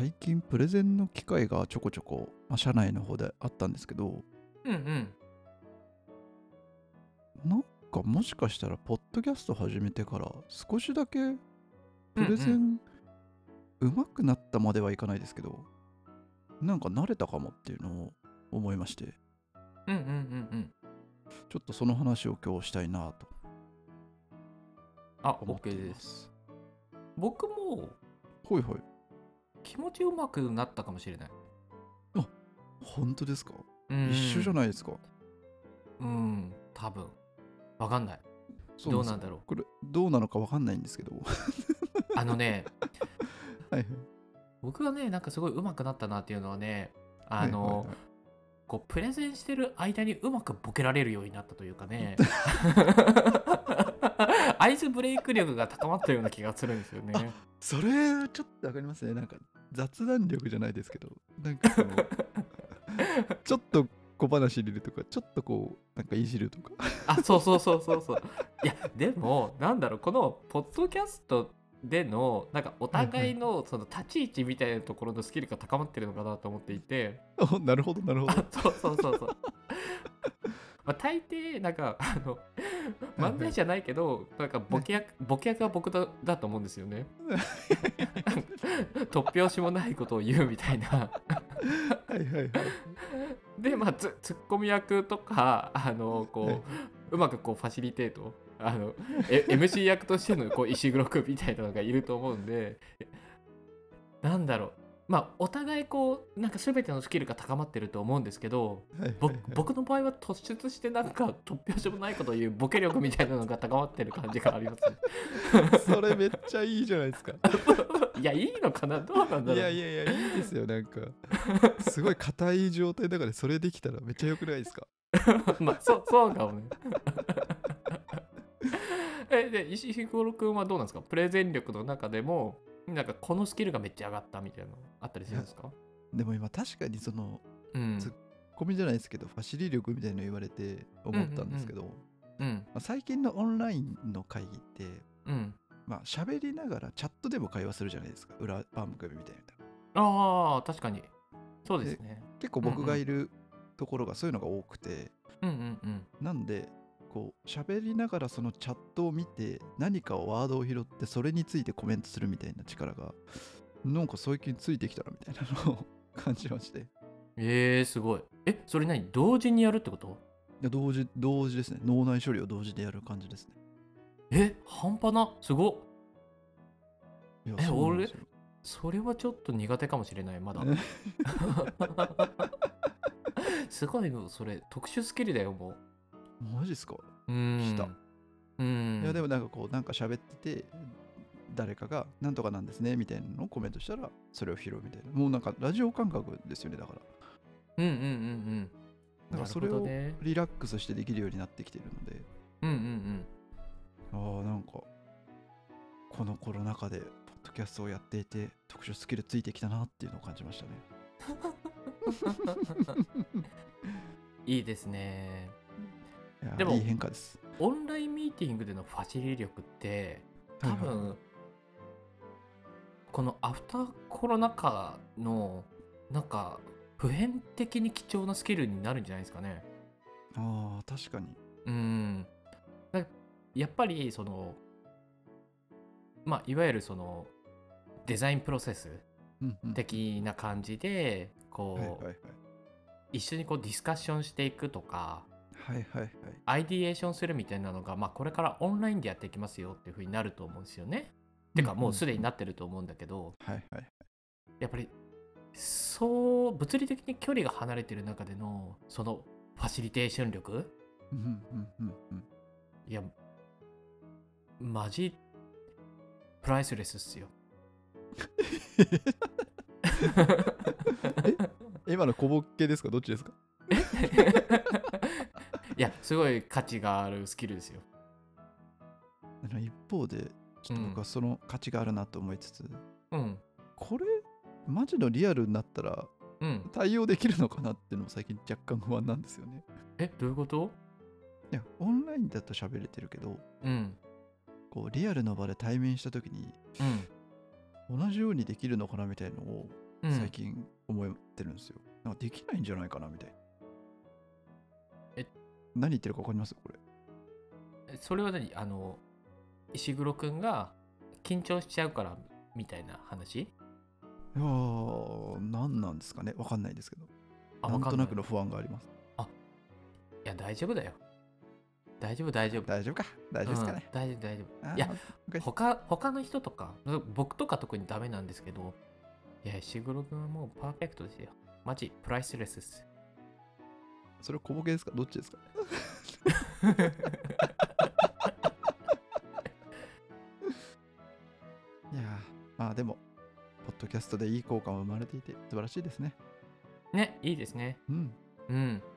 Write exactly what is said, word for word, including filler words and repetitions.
最近プレゼンの機会がちょこちょこ、まあ、社内の方であったんですけど、 うんうん。 なんかもしかしたらポッドキャスト始めてから少しだけうんプレうん。 ゼン上手くなったまではいかないですけど、なんか慣れたかもっていうのを思いまして、 うんうんうんうん。 ちょっとその話を今日したいなとあ、 思って OK いです。 ます。 僕もほいほい。 気持ちうまくなったかもしれない。 あ、本当ですか？ う一緒じゃん。 ないですか。 うん。多分。わかんない。 そうなんですよ。 どうなんだろう。 これどうなのかわかんないんですけど。 あのね、 はいはい。 僕がね、なんかすごいうまくなったなっていうのはね、あはいはいの、 はい。 こう、プレゼンしてる間にうまくボケられるようになったというかね。アイスブレイク力が高まったような気がするんですよあ、 ね。 それちょっとわかりますね。なんか雑談力じゃないですけど、なんかその、ちょっと小話入れるとか、ちょっとこう、なんかいじるとか。 あ、そうそうそうそうそう。いや、でも、なんだろう、このポッドキャストでの、なんかおはいはい。 互いのその立ち位置みたいなところのスキルが高まってるのかなと思っていて、 お、なるほどなるほど。 あ、そうそうそうそう。まあ、大抵、なんか、あの、 はいはい。 漫才じゃないけど、なんかボね。 ケ役、ボケ役は僕だ、だと思うんですよね。突拍子もないことを言うみたいな。 はいはいはいはい。 で、まあ、ツツッコミ役とか、あの、こはいはい。 う、うまくこう、ファシリテート、あの、え エムシー 役としてのこう石黒くんみたいなのがいると思うんで、なんだろう。まあ、お互いこう、なんか全てのスキルが高まってると思うんですけど、 はいはい僕はい。 僕の場合は突出してなんか突拍子もないことを言うボケ力みたいなのが高まってる感じがありますね。 それめっちゃいいじゃないですか。 いや、いいのかな、どうなんだいろうね。 やいやいや、いいですよ。なんか、すごい硬い状態の中でそれできたらめっちゃ良くないですか？ まあ、そう、そうかもね。え、で、石井五郎君はどうなんですか、プレゼン力の中でも、なんかこのスキルがめっちゃ上がったみたいなのあったりいや、 するんですか？ でも今確かにその、ツッうん。 コミじゃないですけど、ファシリ力みたいなの言われてうんう思ったんですけんど、 うん。うん。 まあ、最近のオンラインの会議って、 うん。 まあ喋りながらチャットでも会話するじゃないですか。裏番組みたいな。 ああ、確かに。そうですで、 ね。 結構僕うんうん。 がいるところがそういうのが多くて、 うんうんうん。 なんで、こう喋りながらそのチャットを見て何かをワードを拾ってそれについてコメントするみたいな力がなんか最近ついてきたなみたいなのを感じまして。いえー、すごい。え、それ何、同時にやるってこと？ や同時、同時ですね。脳内処理を同時でやる感じですね。 え、半端な、すごっ。 いや、 え、俺、 そうなんですよ。 それはちょっと苦手かもしれない、まだ。すごいの、それ、特殊スキルだよ、もう。 マジっすか？ うー来た。 ん。うーいや、でん。 もなんかこう、なんか喋ってて、誰かがなんとかなんですねみたいなのをコメントしたら、それを拾うみたいな。もうなんかラジオ感覚ですよね、だから。 うんうんうんうん。 なんかなるそれをほどね。 リラックスしてできるようになってきてるので、 うんうんうん。 ああ、なんかこのコロナ禍でポッドキャストをやっていて特殊スキルついてきたなっていうのを感じましたね。 いいですね。 いやー、いいでも、 変化です。 オンラインミーティングでのファシリ力って、 はいはいはい。 多分、このアフターコロナ禍の、なんか、普遍的に貴重なスキルになるんじゃないですかね。 ああ、確かに。 うーん。だやっぱり、その、まあ、いわゆるその、デザインプロセスうんうんうん。 的な感じで、こう、 はいはいはい。 一緒にこうディスカッションしていくとか、 はいはいはい。 アイディエーションするみたいなのが、まあ、これからオンラインでやっていきますよっていう風になると思うんですよね。てか、 うんうんうん。 もうすでになってると思うんだけど、 はいはいはい。 やっぱり、そう、物理的に距離が離れてる中での、そのファシリテーション力、 うんうんうんうん。 いや、マジプライスレスっすよ。 え今の小ボケですか？どっちですか？ いや、すごい価値があるスキルですよ。 あの一方で、ちょっと僕うん。 はその価値があるなと思いつつ、 うん。 これ、マジのリアルになったらうん。 対応できるのかなっていうのも最近若干不安なんですよね。 え、どういうこと？ いや、オンラインだと喋れてるけど、 うん。 こうリアルの場で対面した時にうん。 同じようにできるのかなみたいなのをうん最近思ってるんですよ。なんかできないんじゃないかなみたいな。 え何言ってるか分かりますこれ。 えそれは何あの石黒くんが緊張しちゃうからみたいな話？ いやー、何なんですかね、分かんないですけど。 あ、 なんわかんない。 となくの不安があります。 いや、大丈夫だよ。大丈夫、大丈夫。 大丈夫か大丈夫ですかね。 うん、大丈夫、大丈あー夫。いや、 わか他、他の人とか、僕とか特にダメなんですけど、いや、石黒くんはもうパーフェクトですよ。マジ、プライスレスです。 それ小ボケですかどっちですかいやー、まあでも、ポッドキャストでいい効果も生まれていて素晴らしいですね。 ね、いいですね。 うん。 うん。